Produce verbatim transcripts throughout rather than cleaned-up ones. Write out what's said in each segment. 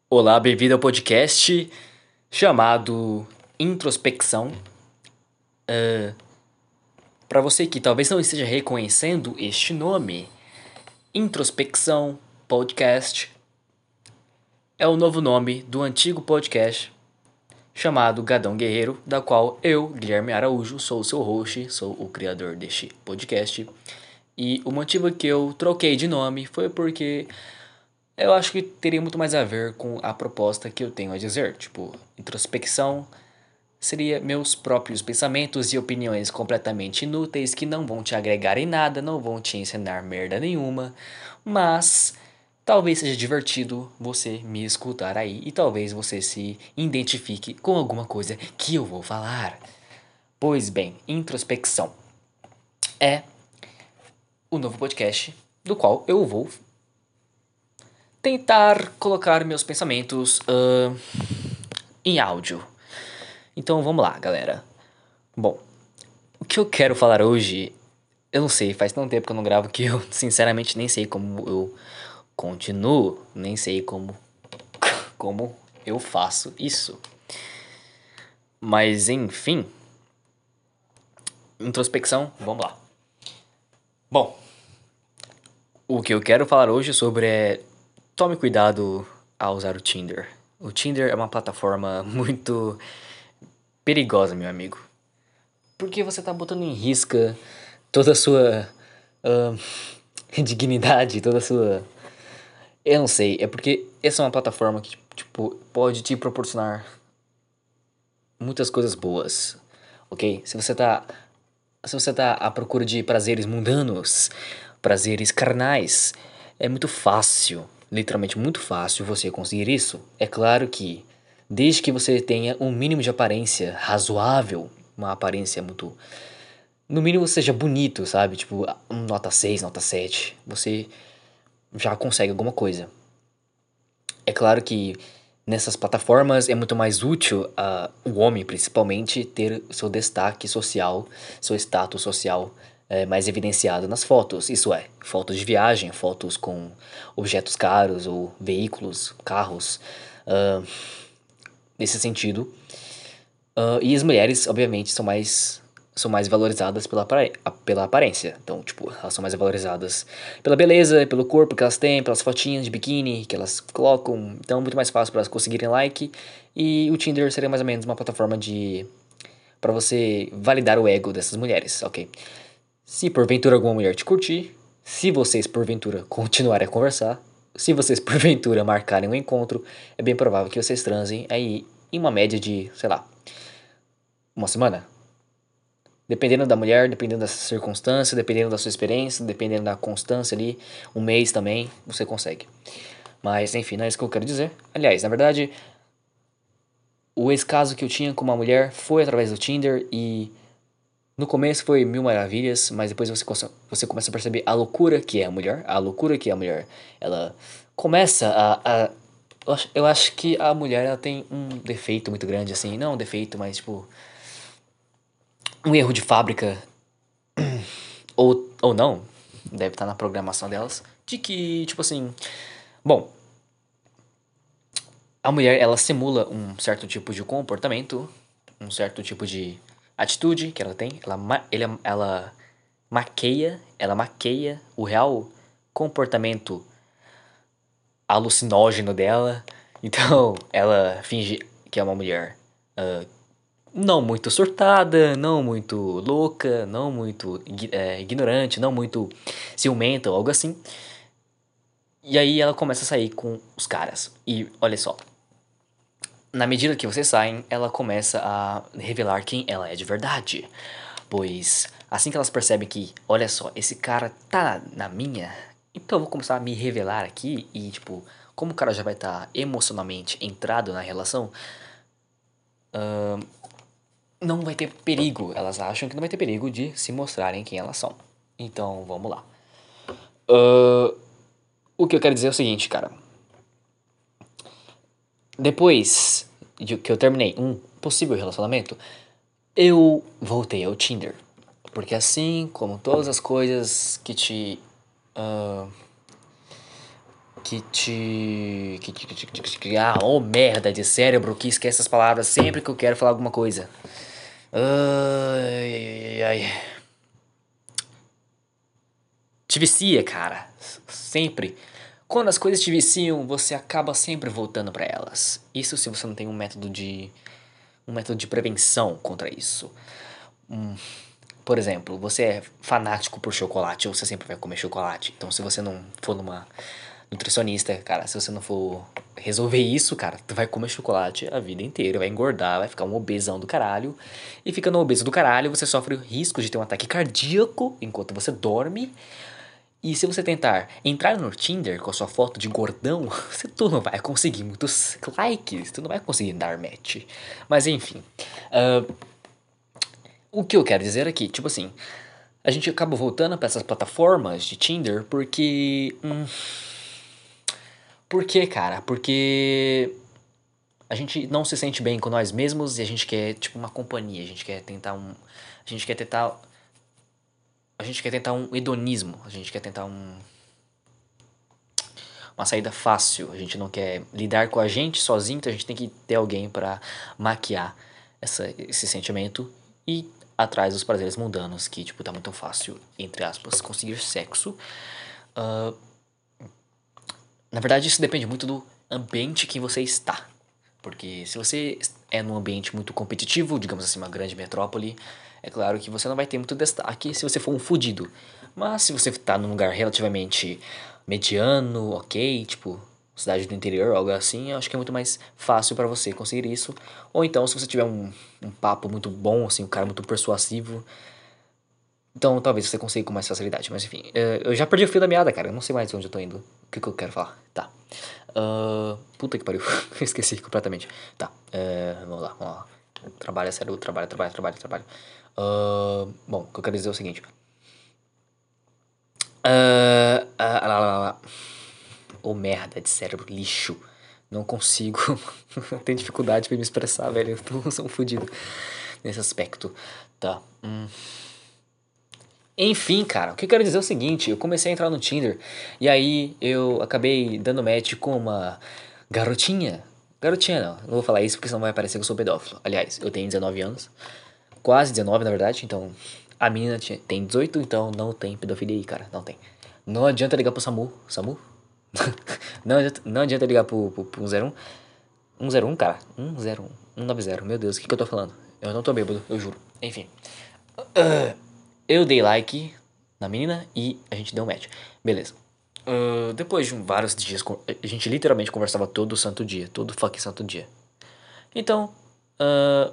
Olá, bem-vindo ao podcast chamado Introspecção. Para você que talvez não esteja reconhecendo este nome, Introspecção Podcast é o novo nome do antigo podcast chamado Gadão Guerreiro, da qual eu, Guilherme Araújo, sou o seu host, sou o criador deste podcast. E o motivo que eu troquei de nome foi porque eu acho que teria muito mais a ver com a proposta que eu tenho a dizer. Tipo, introspecção seria meus próprios pensamentos e opiniões completamente inúteis que não vão te agregar em nada, não vão te ensinar merda nenhuma, mas talvez seja divertido você me escutar aí e talvez você se identifique com alguma coisa que eu vou falar. Pois bem, introspecção é o novo podcast do qual eu vou tentar colocar meus pensamentos uh, em áudio. Então vamos lá, galera. Bom, o que eu quero falar hoje, eu não sei, faz tanto tempo que eu não gravo que eu sinceramente nem sei como eu continuo, nem sei como como eu faço isso. Mas enfim, introspecção, vamos lá. Bom, o que eu quero falar hoje sobre é tome cuidado ao usar o Tinder. O Tinder é uma plataforma muito perigosa, meu amigo. Porque você tá botando em risca toda a sua uh, dignidade, toda a sua. Eu não sei, é porque essa é uma plataforma que, tipo, pode te proporcionar muitas coisas boas, ok? Se você tá. Se você tá à procura de prazeres mundanos, prazeres carnais, é muito fácil, literalmente muito fácil você conseguir isso. É claro que, desde que você tenha um mínimo de aparência razoável, uma aparência muito. No mínimo seja bonito, sabe? Tipo, um nota seis, nota sete, você já consegue alguma coisa. É claro que nessas plataformas é muito mais útil a o homem, principalmente, ter seu destaque social, seu status social eh, mais evidenciado nas fotos. Isso é, fotos de viagem, fotos com objetos caros ou veículos, carros, ah, nesse sentido. Ah, e as mulheres, obviamente, são mais são mais valorizadas pela, apare- a- pela aparência. Então, tipo, elas são mais valorizadas pela beleza, pelo corpo que elas têm, pelas fotinhas de biquíni que elas colocam. Então, é muito mais fácil para elas conseguirem like. E o Tinder seria mais ou menos uma plataforma de para você validar o ego dessas mulheres, ok? Se porventura alguma mulher te curtir, se vocês porventura continuarem a conversar, se vocês porventura marcarem um encontro, é bem provável que vocês transem aí em uma média de, sei lá, uma semana. Dependendo da mulher, dependendo da circunstância, dependendo da sua experiência, dependendo da constância ali, um mês também, você consegue. Mas enfim, não é isso que eu quero dizer. Aliás, na verdade, o ex-caso que eu tinha com uma mulher foi através do Tinder e no começo foi mil maravilhas, mas depois você, você começa a perceber a loucura que é a mulher, a loucura que é a mulher. Ela começa a, a eu acho, eu acho que a mulher ela tem um defeito muito grande, assim. Não um defeito, mas tipo. Um erro de fábrica ou, ou não, deve estar na programação delas, de que, tipo assim, bom, a mulher ela simula um certo tipo de comportamento, um certo tipo de atitude que ela tem, ela, ma- ele, ela maqueia, ela maqueia o real comportamento alucinógeno dela, então ela finge que é uma mulher ah, não muito surtada, não muito louca, não muito é, ignorante, não muito ciumenta ou algo assim. E aí ela começa a sair com os caras. E olha só, na medida que vocês saem, ela começa a revelar quem ela é de verdade. Pois assim que elas percebem que, olha só, esse cara tá na minha, então eu vou começar a me revelar aqui e tipo, como o cara já vai estar tá emocionalmente entrado na relação, não vai ter perigo. Elas acham que não vai ter perigo de se mostrarem quem elas são. Então, vamos lá. Uh, o que eu quero dizer é o seguinte, cara. Depois de que eu terminei um possível relacionamento, eu voltei ao Tinder. Porque assim como todas as coisas que te uh, que te. Que te. Que te, que te, que te ah, ô merda de cérebro que esquece as palavras sempre que eu quero falar alguma coisa. Ai, ai, ai. Te vicia, cara. Sempre. Quando as coisas te viciam, você acaba sempre voltando pra elas. Isso se você não tem um método de. Um método de prevenção contra isso. Hum, por exemplo, você é fanático por chocolate, ou você sempre vai comer chocolate. Então, se você não for numa nutricionista, cara, se você não for resolver isso, cara, tu vai comer chocolate a vida inteira, vai engordar, vai ficar um obesão do caralho. E ficando obeso do caralho, você sofre o risco de ter um ataque cardíaco enquanto você dorme. E se você tentar entrar no Tinder com a sua foto de gordão, você tu não vai conseguir muitos likes, tu não vai conseguir dar match. Mas enfim, uh, o que eu quero dizer aqui, tipo assim, a gente acaba voltando para essas plataformas de Tinder porque. Hum, por quê, cara? Porque a gente não se sente bem com nós mesmos e a gente quer, tipo, uma companhia. A gente quer tentar um. A gente quer tentar. A gente quer tentar um hedonismo. A gente quer tentar um. Uma saída fácil. A gente não quer lidar com a gente sozinho, então a gente tem que ter alguém para maquiar essa, esse sentimento e atrás dos prazeres mundanos, que, tipo, tá muito fácil, entre aspas, conseguir sexo. Uh, na verdade, isso depende muito do ambiente que você está. Porque se você é num ambiente muito competitivo, digamos assim, uma grande metrópole, é claro que você não vai ter muito destaque se você for um fudido. Mas se você tá num lugar relativamente mediano, ok, tipo cidade do interior, algo assim, eu acho que é muito mais fácil pra você conseguir isso. Ou então, se você tiver um, um papo muito bom, assim, um cara muito persuasivo, então talvez você consiga com mais facilidade. Mas enfim, eh, eu já perdi o fio da meada, cara. Eu não sei mais onde eu tô indo. O que, que eu quero falar? Tá. Uh, puta que pariu. Eu esqueci completamente. Tá. É, vamos lá, vamos lá. Trabalho, sério. Trabalho, trabalho, trabalho, trabalho. Uh, bom, o que eu quero dizer é o seguinte. Uh, uh, lá, lá, lá, lá. Ô merda de cérebro, lixo. Não consigo. Tenho dificuldade pra me expressar, velho. Eu tô, sou um fudido nesse aspecto. Tá. Hum. Enfim, cara, o que eu quero dizer é o seguinte, eu comecei a entrar no Tinder e aí eu acabei dando match com uma garotinha. Garotinha não, não vou falar isso porque senão vai parecer que eu sou pedófilo. Aliás, eu tenho dezenove anos, quase dezenove na verdade, então a menina tinha, tem dezoito, então não tem pedofilia aí, cara, não tem. Não adianta ligar pro SAMU, SAMU? não, adianta, não adianta ligar pro, pro, pro um zero um, um zero um, cara, um zero um, um nove zero, meu Deus, o que, que eu tô falando? Eu não tô bêbado, eu juro. Enfim. Uh, eu dei like na menina e a gente deu um match. Beleza. Uh, depois de um, vários dias, a gente literalmente conversava todo santo dia. Todo fucking santo dia. Então, uh,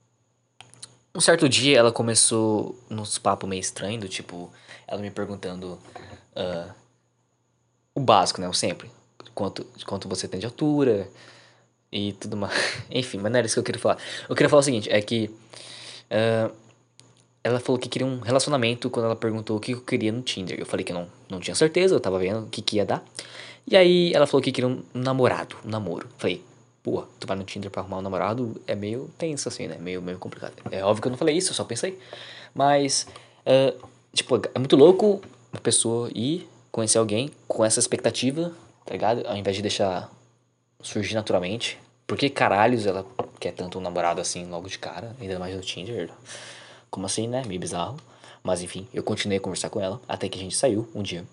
um certo dia ela começou nos papos meio estranhos, do tipo, ela me perguntando uh, o básico, né? O sempre. Quanto, quanto você tem de altura e tudo mais. Enfim, mas não era isso que eu queria falar. Eu queria falar o seguinte, é que uh, ela falou que queria um relacionamento quando ela perguntou o que eu queria no Tinder. Eu falei que não, não tinha certeza, eu tava vendo o que, que ia dar. E aí ela falou que queria um namorado, um namoro. Falei, pô, tu vai no Tinder pra arrumar um namorado? É meio tenso assim, né? Meio, meio complicado. É óbvio que eu não falei isso, eu só pensei. Mas, uh, tipo, é muito louco uma pessoa ir conhecer alguém com essa expectativa, tá ligado? Ao invés de deixar surgir naturalmente. Por que caralhos ela quer tanto um namorado assim logo de cara? Ainda mais no Tinder. Como assim, né? Meio bizarro. Mas enfim, eu continuei a conversar com ela até que a gente saiu um dia.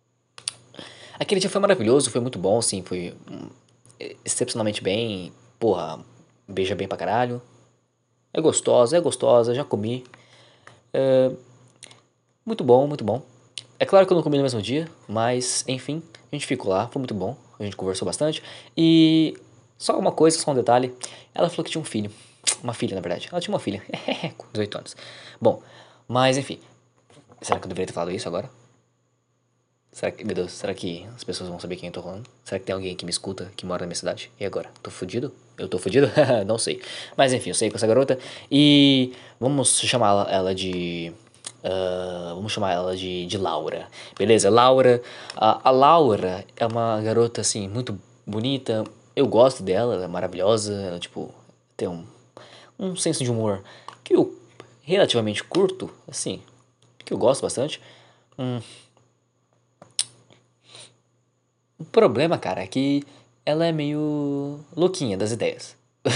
Aquele dia foi maravilhoso, foi muito bom, assim, foi hum, excepcionalmente bem. Porra, beija bem pra caralho. É gostosa, é gostosa, já comi. É, muito bom, muito bom. É claro que eu não comi no mesmo dia, mas enfim, a gente ficou lá, foi muito bom. A gente conversou bastante. E só uma coisa, só um detalhe. Ela falou que tinha um filho. Uma filha, na verdade. Ela tinha uma filha, com dezoito anos. Bom, mas enfim. Será que eu deveria ter falado isso agora? Será que, meu Deus, será que as pessoas vão saber quem eu tô falando? Será que tem alguém que me escuta, que mora na minha cidade? E agora? Tô fudido? Eu tô fudido? Não sei. Mas enfim, eu sei com essa garota. E vamos chamar ela, ela de. Uh, vamos chamar ela de, de Laura. Beleza? Laura. A, a Laura é uma garota, assim, muito bonita. Eu gosto dela, ela é maravilhosa. Ela, tipo, tem um, um senso de humor que eu relativamente curto, assim, que eu gosto bastante. Hum, O problema, cara, é que ela é meio louquinha das ideias.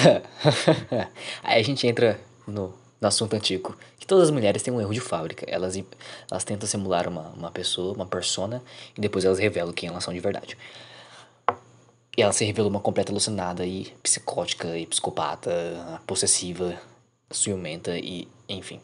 Aí a gente entra no, no assunto antigo. Que todas as mulheres têm um erro de fábrica. Elas, elas tentam simular uma, uma pessoa, uma persona, e depois elas revelam quem elas são de verdade. E ela se revelou uma completa alucinada e psicótica e psicopata, possessiva, ciumenta e, enfim,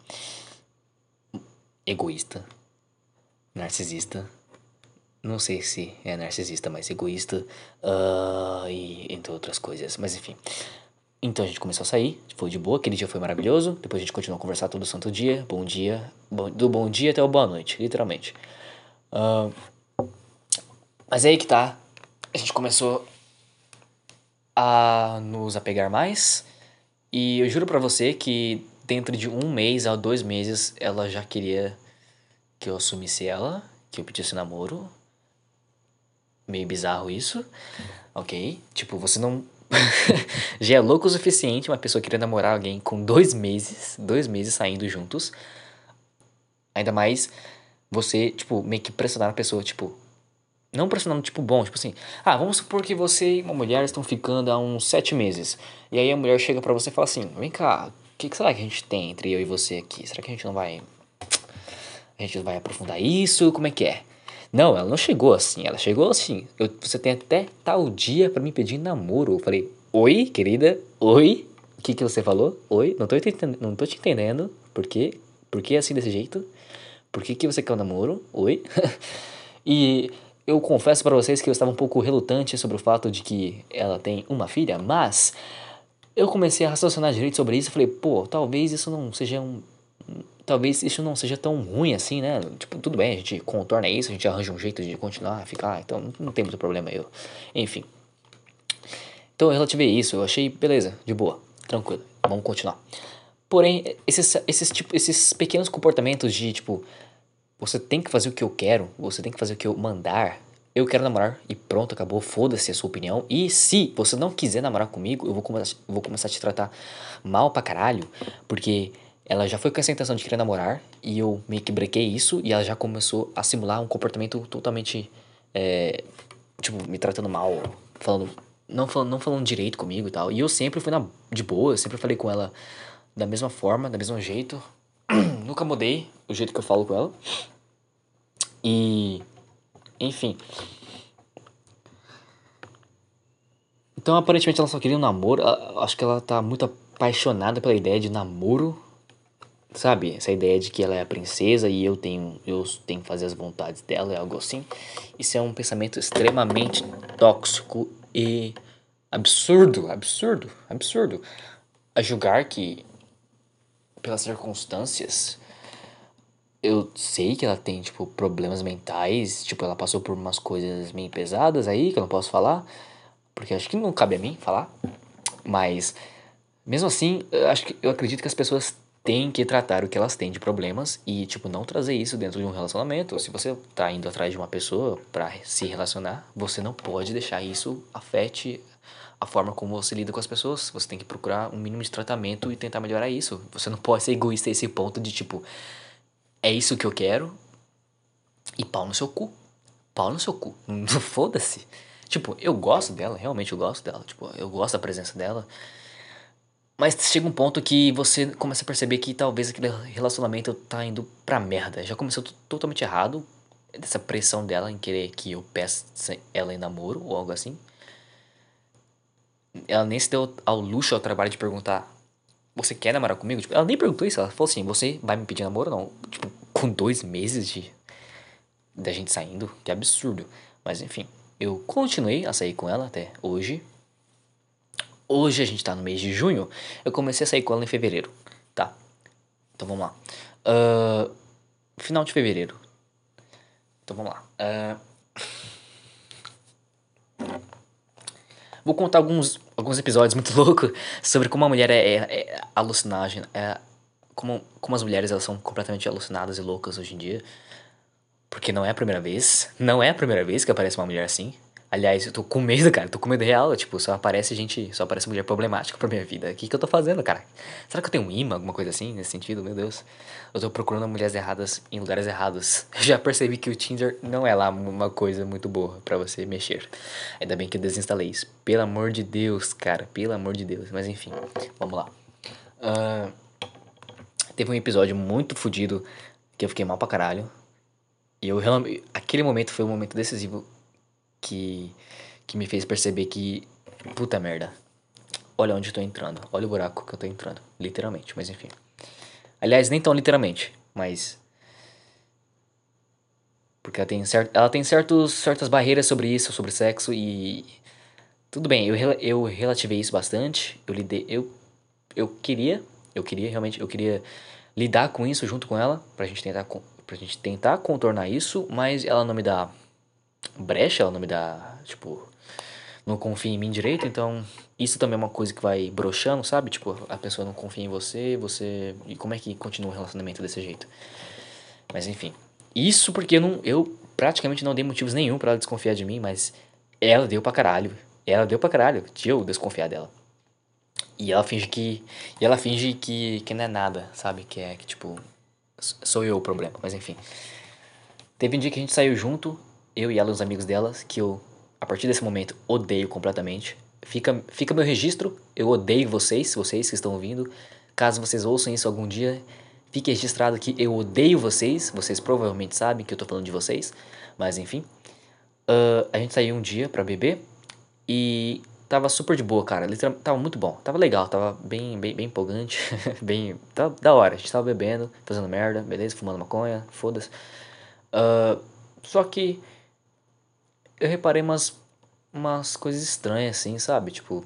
egoísta, narcisista. Não sei se é narcisista, mas egoísta, uh, e entre outras coisas, mas enfim. Então a gente começou a sair, foi de boa, aquele dia foi maravilhoso. Depois a gente continuou a conversar todo santo dia, bom dia, bom, do bom dia até o boa noite, literalmente. Uh, mas é aí que tá, a gente começou a nos apegar mais. E eu juro pra você que dentro de um mês a dois meses ela já queria que eu assumisse ela, que eu pedisse namoro. Meio bizarro isso, ok? Tipo, você não. Já é louco o suficiente uma pessoa querer namorar alguém com dois meses, dois meses saindo juntos. Ainda mais você, tipo, meio que pressionar a pessoa, tipo. Não pressionando, tipo, bom, tipo assim. Ah, vamos supor que você e uma mulher estão ficando há uns sete meses. E aí a mulher chega pra você e fala assim: vem cá, o que, que será que a gente tem entre eu e você aqui? Será que a gente não vai. A gente não vai aprofundar isso? Como é que é? Não, ela não chegou assim. Ela chegou assim. Eu, você tem até tal dia pra me pedir namoro. Eu falei: oi, querida? Oi? O que, que você falou? Oi? Não tô, entendendo, não tô te entendendo. Por quê? Por que assim desse jeito? Por que, que você quer um namoro? Oi? E eu confesso pra vocês que eu estava um pouco relutante sobre o fato de que ela tem uma filha, mas eu comecei a raciocinar direito sobre isso e falei, pô, talvez isso não seja um. Talvez isso não seja tão ruim assim, né? Tipo, tudo bem, a gente contorna isso, a gente arranja um jeito de continuar a ficar, então não, não tem muito problema eu. Enfim. Então eu relativei isso, eu achei, beleza, de boa, tranquilo, vamos continuar. Porém, esses, esses, tipo, esses pequenos comportamentos de, tipo, você tem que fazer o que eu quero, você tem que fazer o que eu mandar. Eu quero namorar e pronto, acabou, foda-se a sua opinião. E se você não quiser namorar comigo, eu vou, come eu vou começar a te tratar mal pra caralho, porque ela já foi com essa intenção de querer namorar e eu meio que brequei isso e ela já começou a simular um comportamento totalmente, é, tipo, me tratando mal, falando, não falando, não falando direito comigo e tal. E eu sempre fui na, de boa, eu sempre falei com ela da mesma forma, da mesmo jeito. Nunca mudei o jeito que eu falo com ela. E, enfim. Então, aparentemente, ela só queria um namoro. Acho que ela tá muito apaixonada pela ideia de namoro. Sabe? Essa ideia de que ela é a princesa e eu tenho, eu tenho que fazer as vontades dela, é algo assim. Isso é um pensamento extremamente tóxico e absurdo, absurdo, absurdo. A julgar que, pelas circunstâncias, eu sei que ela tem, tipo, problemas mentais. Tipo, ela passou por umas coisas meio pesadas aí, que eu não posso falar. Porque acho que não cabe a mim falar. Mas, mesmo assim, eu, acho que, eu acredito que as pessoas têm que tratar o que elas têm de problemas. E, tipo, não trazer isso dentro de um relacionamento. Se você tá indo atrás de uma pessoa pra se relacionar, você não pode deixar isso afete a forma como você lida com as pessoas. Você tem que procurar um mínimo de tratamento e tentar melhorar isso. Você não pode ser egoísta a esse ponto de, tipo, é isso que eu quero e pau no seu cu. Pau no seu cu. Foda-se. Tipo, eu gosto dela, realmente eu gosto dela. Tipo, eu gosto da presença dela. Mas chega um ponto que você começa a perceber que talvez aquele relacionamento tá indo pra merda. Já começou totalmente errado. Dessa pressão dela em querer que eu peça ela em namoro ou algo assim. Ela nem se deu ao luxo, ao trabalho de perguntar: você quer namorar comigo? Tipo, ela nem perguntou isso. Ela falou assim: você vai me pedir namoro ou não? Tipo, com dois meses de da gente saindo, que absurdo. Mas enfim, eu continuei a sair com ela até hoje. Hoje a gente tá no mês de junho. Eu comecei a sair com ela em fevereiro, tá? Então vamos lá. Uh, final de fevereiro. Então vamos lá. Uh, vou contar alguns, alguns episódios muito loucos sobre como a mulher é, é, é alucinagem. É, como, como as mulheres elas são completamente alucinadas e loucas hoje em dia. Porque não é a primeira vez. Não é a primeira vez que aparece uma mulher assim. Aliás, eu tô com medo, cara. Tô com medo real. Tipo, só aparece gente. Só aparece mulher problemática pra minha vida. O que que eu tô fazendo, cara? Será que eu tenho um imã, alguma coisa assim, nesse sentido? Meu Deus. Eu tô procurando mulheres erradas em lugares errados. Eu já percebi que o Tinder não é lá uma coisa muito boa pra você mexer. Ainda bem que eu desinstalei isso. Pelo amor de Deus, cara. Pelo amor de Deus. Mas enfim, vamos lá. Ah, teve um episódio muito fodido que eu fiquei mal pra caralho. E eu realmente. Aquele momento foi um momento decisivo que, que me fez perceber que, puta merda, olha onde eu tô entrando, olha o buraco que eu tô entrando, literalmente, mas enfim. Aliás, nem tão literalmente, mas porque ela tem, cert, ela tem certos, certas barreiras sobre isso, sobre sexo e tudo bem, eu, eu relativei isso bastante, eu lidei, eu, eu queria, eu queria realmente, eu queria lidar com isso junto com ela, pra gente tentar, pra gente tentar contornar isso, mas ela não me dá brecha, ela não me dá, tipo, não confia em mim direito, então isso também é uma coisa que vai broxando, sabe? Tipo, a pessoa não confia em você, você. E como é que continua o relacionamento desse jeito? Mas enfim. Isso porque eu, não, eu praticamente não dei motivos nenhum pra ela desconfiar de mim, mas ela deu pra caralho. Ela deu pra caralho de eu desconfiar dela. E ela finge que. E ela finge que, que não é nada, sabe? Que é que, tipo. Sou eu o problema, mas enfim. Teve um dia que a gente saiu junto, eu e ela e os amigos delas, que eu, a partir desse momento, odeio completamente. Fica, fica meu registro, eu odeio vocês, vocês que estão ouvindo. Caso vocês ouçam isso algum dia, fique registrado que eu odeio vocês. Vocês provavelmente sabem que eu tô falando de vocês, mas enfim. Uh, a gente saiu um dia pra beber e tava super de boa, cara. Literalmente, tava muito bom, tava legal, tava bem, bem, bem empolgante, bem, tava da hora. A gente tava bebendo, fazendo merda, beleza, fumando maconha, foda-se. Uh, só que eu reparei umas, umas coisas estranhas assim, sabe? Tipo,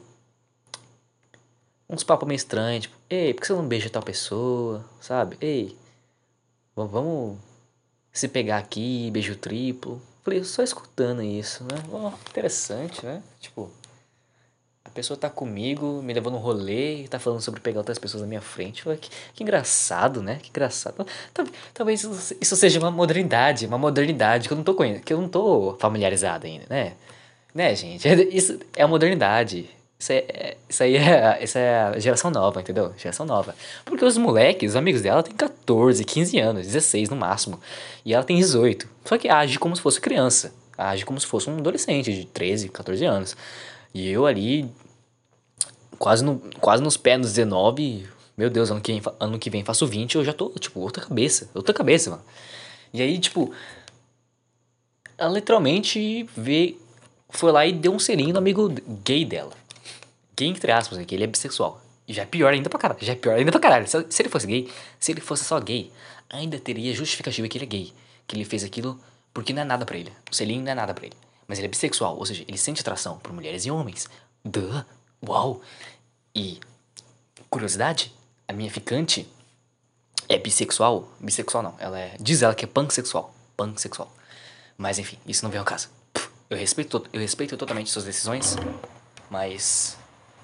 uns papos meio estranhos, tipo, ei, por que você não beija tal pessoa, sabe? Ei, v- vamos se pegar aqui, beijo triplo. Falei, só escutando isso, né? Ó, interessante, né? Tipo, a pessoa tá comigo, me levou num rolê e tá falando sobre pegar outras pessoas na minha frente. Falei, que, que engraçado, né? Que engraçado. Tal- Talvez isso, isso seja uma modernidade, uma modernidade que eu não tô conhecendo, que eu não tô familiarizado ainda, né? Né, gente? Isso é a modernidade. Isso, é, é- isso aí é, isso é a geração nova, entendeu? Geração nova. Porque os moleques, os amigos dela, têm catorze, quinze anos, dezesseis no máximo. E ela tem dezoito. Só que age como se fosse criança. Age como se fosse um adolescente de treze, catorze anos. E eu ali, quase, no, quase nos pés dos dezenove. Meu Deus, ano que, vem, ano que vem faço vinte, eu já tô, tipo, outra cabeça. Outra cabeça, mano. E aí, tipo, ela literalmente vê, foi lá e deu um selinho no amigo gay dela. Gay entre aspas aqui, ele é bissexual. E já é pior ainda pra caralho. Já é pior ainda pra caralho. Se, se ele fosse gay, se ele fosse só gay, ainda teria justificativa que ele é gay. Que ele fez aquilo porque não é nada pra ele. O selinho não é nada pra ele. Mas ele é bissexual, ou seja, ele sente atração por mulheres e homens. Duh. Uau. E, curiosidade, a minha ficante é bissexual. Bissexual não, ela é. Diz ela que é pansexual. Pansexual. Mas enfim, isso não vem ao caso. Eu respeito, eu respeito totalmente suas decisões, mas.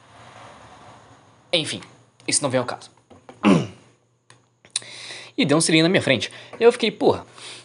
Enfim, isso não vem ao caso. E deu um selinho na minha frente. Eu fiquei, porra.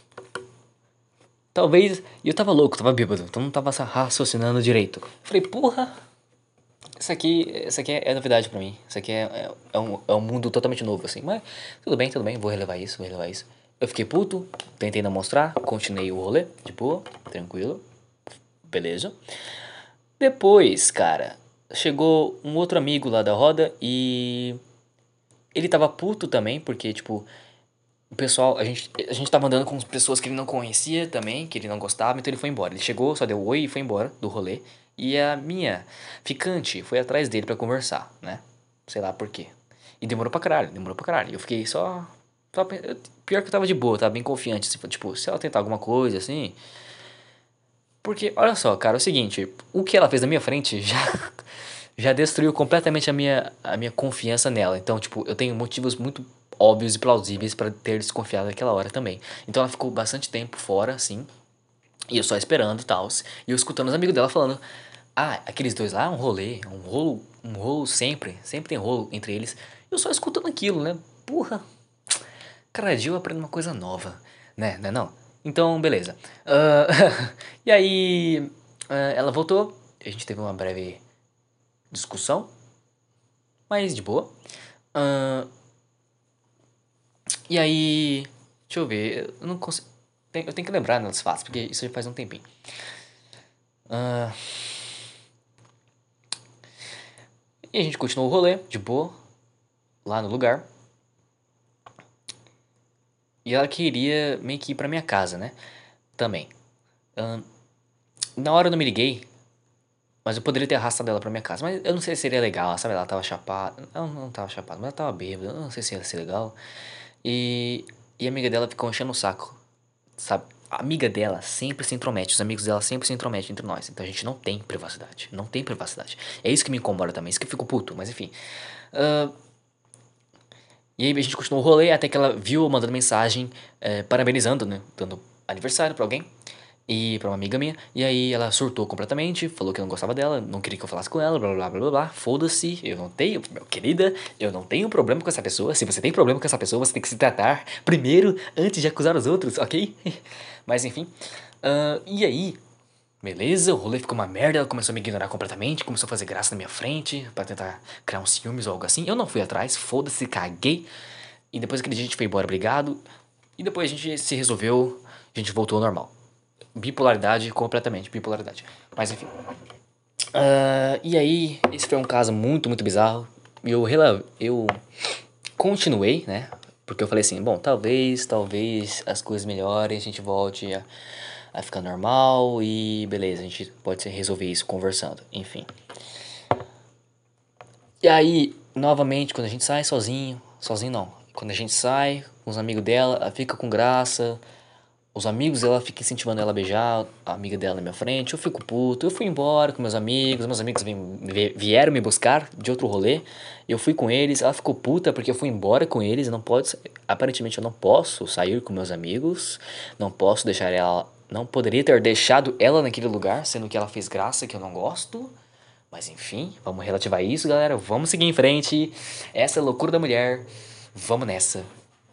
Talvez. E eu tava louco, tava bêbado, então não tava raciocinando direito. Falei, porra. Isso aqui, isso aqui é, é novidade pra mim. Isso aqui é, é, é, um, é um mundo totalmente novo, assim. Mas tudo bem, tudo bem, vou relevar isso, vou relevar isso. Eu fiquei puto, tentei não mostrar, continuei o rolê, de boa, tranquilo, beleza. Depois, cara, chegou um outro amigo lá da roda e ele tava puto também, porque, tipo, o pessoal, a gente, a gente tava andando com pessoas que ele não conhecia também, que ele não gostava, então ele foi embora. Ele chegou, só deu oi e foi embora do rolê. E a minha ficante foi atrás dele pra conversar, né? Sei lá por quê. E demorou pra caralho, demorou pra caralho. Eu fiquei só. só pior que eu tava de boa, tava bem confiante. Assim, tipo, se ela tentar alguma coisa assim. Porque, olha só, cara, é o seguinte: o que ela fez na minha frente já. Já destruiu completamente a minha, a minha confiança nela. Então, tipo, eu tenho motivos muito óbvios e plausíveis pra ter desconfiado naquela hora também. Então ela ficou bastante tempo fora, assim, e eu só esperando e tal. E eu escutando os amigos dela falando: Ah, aqueles dois lá, um rolê, um rolo, um rolo sempre, sempre tem rolo entre eles. Eu só escutando aquilo, né? Porra, cada dia eu aprendo uma coisa nova, né? Né não? Então, beleza. Ah, e aí. Ah, ela voltou, a gente teve uma breve discussão, mas de boa. Ah, e aí, deixa eu ver, eu não consigo. tem- Eu tenho que lembrar dos fatos, porque isso já faz um tempinho. Ah, e a gente continuou o rolê, de boa, lá no lugar. E ela queria meio que ir pra minha casa, né? Também. Ah, na hora eu não me liguei, mas eu poderia ter arrastado ela pra minha casa. Mas eu não sei se seria legal, sabe? Ela tava chapada. Ela não tava chapada, mas ela tava bêbada. Eu não sei se ia ser legal. E, e a amiga dela ficou enchendo o saco, sabe? A amiga dela sempre se intromete, os amigos dela sempre se intrometem entre nós. Então a gente não tem privacidade. Não tem privacidade. É isso que me incomoda também, isso que eu fico puto, mas enfim. Ah, e aí a gente continuou o rolê até que ela viu eu mandando mensagem eh, parabenizando, né? Dando aniversário pra alguém. E pra uma amiga minha. E aí ela surtou completamente, falou que não gostava dela, não queria que eu falasse com ela, blá blá blá blá blá. Foda-se, eu não tenho, meu querida, eu não tenho problema com essa pessoa. Se você tem problema com essa pessoa, você tem que se tratar primeiro antes de acusar os outros, ok? Mas enfim. Ah, e aí, beleza, o rolê ficou uma merda, ela começou a me ignorar completamente, começou a fazer graça na minha frente pra tentar criar uns ciúmes ou algo assim. Eu não fui atrás, foda-se, caguei. E depois aquele dia a gente foi embora, obrigado. E depois a gente se resolveu, a gente voltou ao normal. Bipolaridade, completamente, bipolaridade. Mas enfim. Ah, e aí, esse foi um caso muito, muito bizarro. E eu, rela- eu continuei, né? Porque eu falei assim, bom, talvez, talvez as coisas melhorem, a gente volte a, a ficar normal e beleza, a gente pode resolver isso conversando, enfim. E aí, novamente, quando a gente sai sozinho, sozinho não, quando a gente sai com os amigos dela, ela fica com graça, os amigos dela ficam incentivando ela a beijar a amiga dela na minha frente. Eu fico puto. Eu fui embora com meus amigos. Meus amigos vim- vie- vieram me buscar de outro rolê. Eu fui com eles. Ela ficou puta porque eu fui embora com eles. Não pode, sa- aparentemente eu não posso sair com meus amigos. Não posso deixar ela. Não poderia ter deixado ela naquele lugar, sendo que ela fez graça que eu não gosto. Mas enfim, vamos relativar isso, galera. Vamos seguir em frente. Essa é a loucura da mulher. Vamos nessa.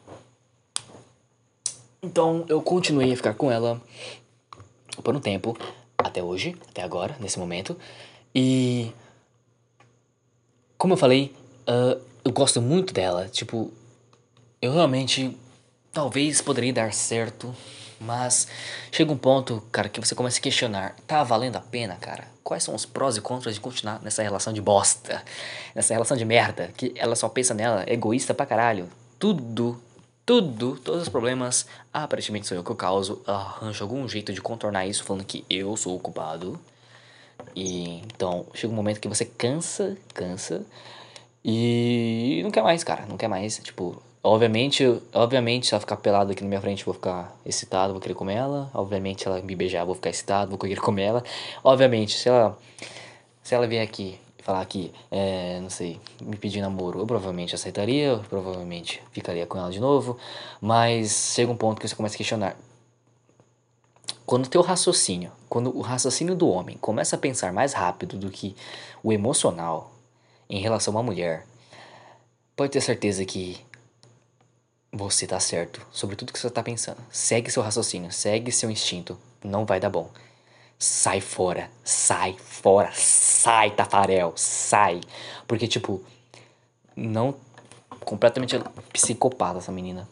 Então eu continuei a ficar com ela por um tempo, até hoje, até agora, nesse momento. E, como eu falei, ah, eu gosto muito dela. Tipo, eu realmente talvez poderia dar certo, mas chega um ponto, cara, que você começa a questionar: tá valendo a pena, cara? Quais são os prós e contras de continuar nessa relação de bosta? Nessa relação de merda, que ela só pensa nela, é egoísta pra caralho. Tudo, tudo, todos os problemas, aparentemente sou eu que eu causo. Arranjo algum jeito de contornar isso, falando que eu sou o culpado. E então chega um momento que você cansa, cansa e não quer mais, cara, não quer mais. Tipo, obviamente, obviamente, se ela ficar pelada aqui na minha frente, eu vou ficar excitado, vou querer comer ela. Obviamente, se ela me beijar, eu vou ficar excitado, vou querer comer ela. Obviamente, se ela, se ela vier aqui e falar que, é, não sei, me pedir namoro, eu provavelmente aceitaria, eu provavelmente ficaria com ela de novo. Mas chega um ponto que você começa a questionar. Quando o teu raciocínio, quando o raciocínio do homem começa a pensar mais rápido do que o emocional em relação à mulher, pode ter certeza que você tá certo sobre tudo que você tá pensando. Segue seu raciocínio, segue seu instinto, não vai dar bom. Sai fora, sai fora, sai, Tafarel, sai. Porque, tipo, não. Completamente psicopata essa menina.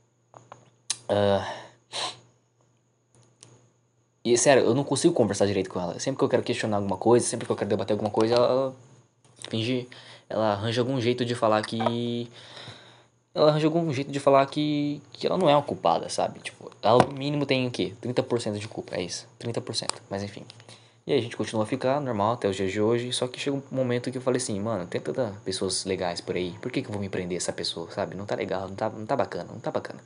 E, sério, eu não consigo conversar direito com ela. Sempre que eu quero questionar alguma coisa, sempre que eu quero debater alguma coisa, ela finge. Ela arranja algum jeito de falar que. Ela arranja algum jeito de falar que. Que ela não é uma culpada, sabe? Tipo, ela no mínimo tem o quê? trinta por cento de culpa, é isso. Trinta por cento, mas enfim. E aí a gente continua a ficar normal até os dias de hoje. Só que chega um momento que eu falei assim, mano, tem tantas pessoas legais por aí. Por que, que eu vou me prender essa pessoa, sabe? Não tá legal, não tá, não tá bacana, não tá bacana.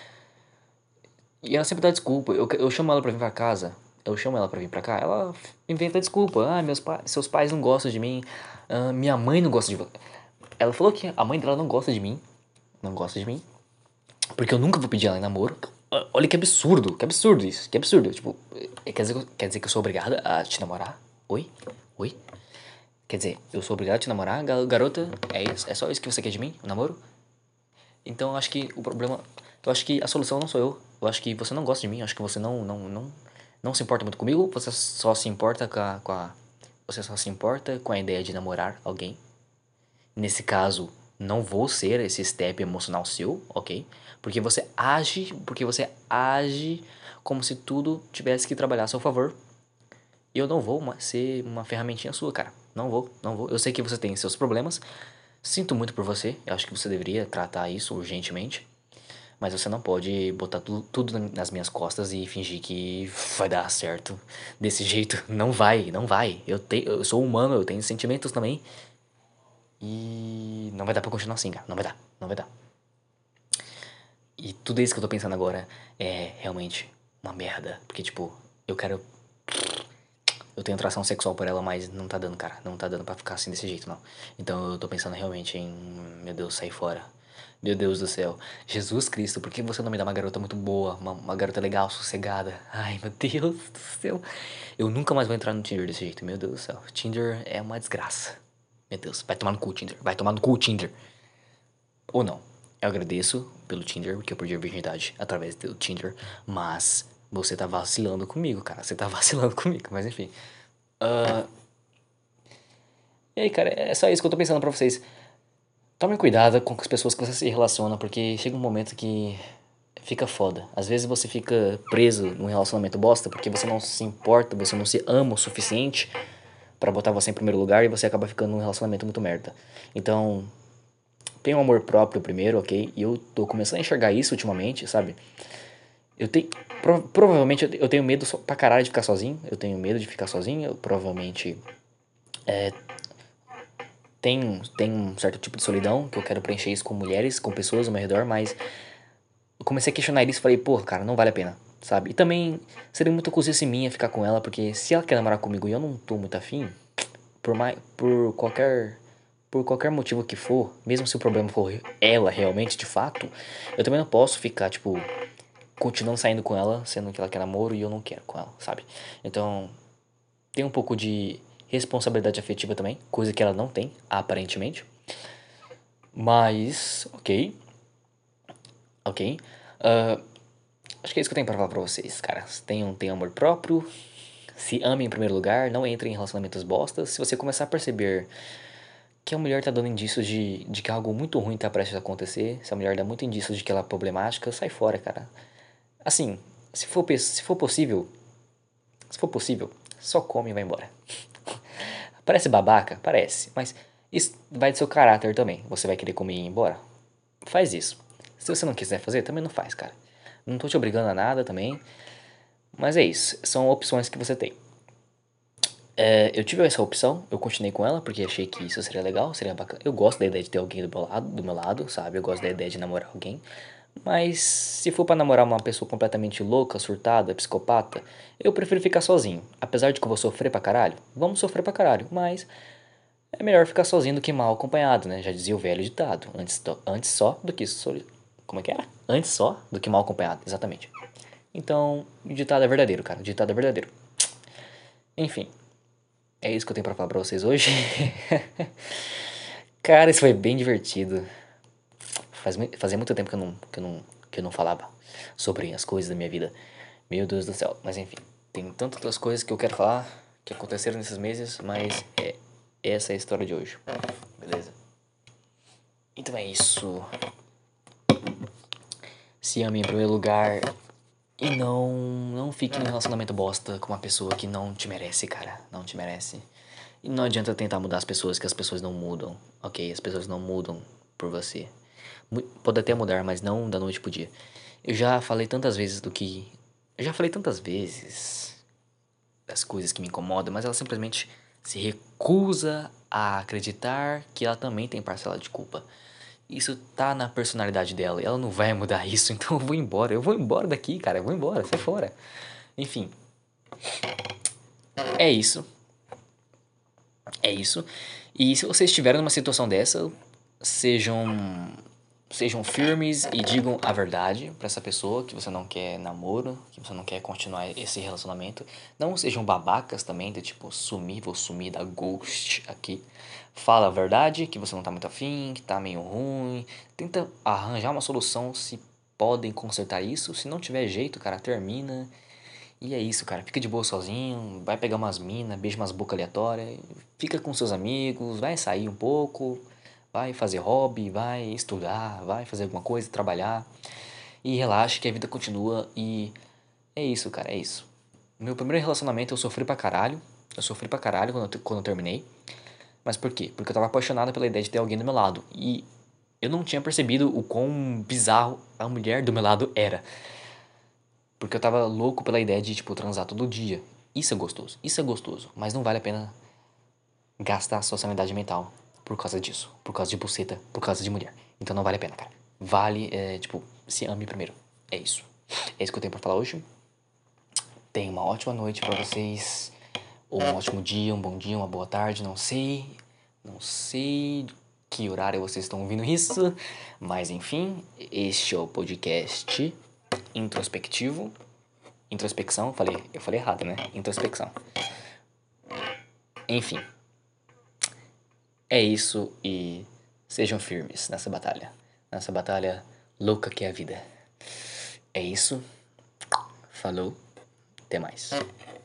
E ela sempre dá desculpa. Eu, eu chamo ela pra vir pra casa. Eu chamo ela pra vir pra cá. Ela inventa desculpa. Ah, meus pa seus pais não gostam de mim. Ah, minha mãe não gosta de você. Ela falou que a mãe dela não gosta de mim. Não gosta de mim. Porque eu nunca vou pedir ela em namoro. Olha que absurdo. Que absurdo isso. Que absurdo. Tipo, quer dizer, quer dizer que eu sou obrigada a te namorar? Oi? Oi? Quer dizer, eu sou obrigado a te namorar, garota? É isso? É só isso que você quer de mim? Um namoro? Então eu acho que o problema. Eu acho que a solução não sou eu. Eu acho que você não gosta de mim. Eu acho que você não. Não, não, não se importa muito comigo, você só se importa com a, com a você só se importa com a ideia de namorar alguém. Nesse caso, não vou ser esse step emocional seu, ok? Porque você age, porque você age como se tudo tivesse que trabalhar a seu favor. E eu não vou ser uma ferramentinha sua, cara. Não vou, não vou. Eu sei que você tem seus problemas. Sinto muito por você. Eu acho que você deveria tratar isso urgentemente. Mas você não pode botar tu, tudo nas minhas costas e fingir que vai dar certo desse jeito. Não vai, não vai. Eu, te, eu sou humano, eu tenho sentimentos também. E não vai dar pra continuar assim, cara. Não vai dar, não vai dar. E tudo isso que eu tô pensando agora é realmente uma merda. Porque, tipo, eu quero. Eu tenho atração sexual por ela, mas não tá dando, cara. Não tá dando pra ficar assim desse jeito, não. Então eu tô pensando realmente em. Meu Deus, sair fora. Meu Deus do céu. Jesus Cristo, por que você não me dá uma garota muito boa? Uma, uma garota legal, sossegada? Ai, meu Deus do céu. Eu nunca mais vou entrar no Tinder desse jeito. Meu Deus do céu. Tinder é uma desgraça. Meu Deus, vai tomar no cu, Tinder. Vai tomar no cu, Tinder. Ou não. Eu agradeço pelo Tinder, porque eu perdi a virgindade através do Tinder. Mas você tá vacilando comigo, cara. Você tá vacilando comigo, mas enfim. Uh... E aí, cara, é só isso que eu tô pensando pra vocês. Tome cuidado com as pessoas que você se relaciona, porque chega um momento que fica foda. Às vezes você fica preso num relacionamento bosta porque você não se importa, você não se ama o suficiente pra botar você em primeiro lugar e você acaba ficando num relacionamento muito merda. Então, tenha um amor próprio primeiro, ok? E eu tô começando a enxergar isso ultimamente, sabe? Eu tenho. Pro, provavelmente eu tenho medo so, pra caralho de ficar sozinho. Eu tenho medo de ficar sozinho. Eu provavelmente. É, tem, tem um certo tipo de solidão que eu quero preencher isso com mulheres, com pessoas ao meu redor, mas eu comecei a questionar isso e falei, pô, cara, não vale a pena, sabe? E também seria muito cozice minha ficar com ela, porque se ela quer namorar comigo e eu não tô muito afim, por mais, por qualquer, por qualquer motivo que for, mesmo se o problema for ela realmente, de fato, eu também não posso ficar, tipo, continuando saindo com ela, sendo que ela quer namoro e eu não quero com ela, sabe? Então, tem um pouco de responsabilidade afetiva também, coisa que ela não tem, aparentemente. Mas, ok. Ok. Uh, acho que é isso que eu tenho pra falar pra vocês, cara. Tenham, tenham amor próprio. Se amem em primeiro lugar. Não entrem em relacionamentos bostas. Se você começar a perceber que a mulher tá dando indícios de, de que algo muito ruim tá prestes a acontecer, se a mulher dá muito indícios de que ela é problemática, sai fora, cara. Assim, se for, se for possível, se for possível, só come e vai embora. Parece babaca? Parece. Mas isso vai do seu caráter também. Você vai querer comer e ir embora? Faz isso. Se você não quiser fazer, também não faz, cara. Não tô te obrigando a nada também. Mas é isso. São opções que você tem. É, eu tive essa opção, eu continuei com ela porque achei que isso seria legal, seria bacana. Eu gosto da ideia de ter alguém do meu lado, do meu lado, sabe? Eu gosto da ideia de namorar alguém. Mas se for pra namorar uma pessoa completamente louca, surtada, psicopata, eu prefiro ficar sozinho. Apesar de que eu vou sofrer pra caralho, vamos sofrer pra caralho, mas é melhor ficar sozinho do que mal acompanhado, né? Já dizia o velho ditado. Antes, antes só do que soli... Como é que era? Antes só do que mal acompanhado, exatamente. Então, o ditado é verdadeiro, cara. O ditado é verdadeiro. Enfim, é isso que eu tenho pra falar pra vocês hoje. Cara, isso foi bem divertido. Faz, fazia muito tempo que eu, não, que, eu não, que eu não falava sobre as coisas da minha vida. Meu Deus do céu. Mas enfim, tem tantas outras coisas que eu quero falar que aconteceram nesses meses, mas é, essa é a história de hoje. Beleza? Então é isso. Se ame em primeiro lugar e não, não fique num relacionamento bosta com uma pessoa que não te merece, cara. Não te merece. E não adianta tentar mudar as pessoas, que as pessoas não mudam, ok? As pessoas não mudam por você. Pode até mudar, mas não da noite pro dia. Eu já falei tantas vezes do que. Eu já falei tantas vezes das coisas que me incomodam, mas ela simplesmente se recusa a acreditar que ela também tem parcela de culpa. Isso tá na personalidade dela e ela não vai mudar isso, então eu vou embora. Eu vou embora daqui, cara. Eu vou embora, sai fora. Enfim. É isso. É isso. E se vocês estiverem numa situação dessa, sejam sejam firmes e digam a verdade pra essa pessoa que você não quer namoro, que você não quer continuar esse relacionamento. Não sejam babacas também, de tipo, sumir, vou sumir da ghost aqui. Fala a verdade, que você não tá muito afim, que tá meio ruim. Tenta arranjar uma solução se podem consertar isso. Se não tiver jeito, cara, termina. E é isso, cara. Fica de boa sozinho, vai pegar umas minas, beija umas bocas aleatórias, fica com seus amigos, vai sair um pouco, vai fazer hobby, vai estudar, vai fazer alguma coisa, trabalhar. E relaxa que a vida continua e é isso, cara, é isso. Meu primeiro relacionamento eu sofri pra caralho. Eu sofri pra caralho quando eu, quando eu terminei. Mas por quê? Porque eu tava apaixonado pela ideia de ter alguém do meu lado. E eu não tinha percebido o quão bizarro a mulher do meu lado era. Porque eu tava louco pela ideia de, tipo, transar todo dia. Isso é gostoso, isso é gostoso. Mas não vale a pena gastar a sua sanidade mental por causa disso. Por causa de buceta, por causa de mulher. Então não vale a pena, cara. Vale, é, tipo, se ame primeiro. É isso. É isso que eu tenho pra falar hoje. Tenha uma ótima noite pra vocês. Ou um ótimo dia, um bom dia, uma boa tarde. Não sei. Não sei que horário vocês estão ouvindo isso. Mas enfim, este é o podcast introspectivo. Introspecção, falei, eu falei errado, né? Introspecção. Enfim, é isso e sejam firmes nessa batalha. Nessa batalha louca que é a vida. É isso. Falou. Até mais.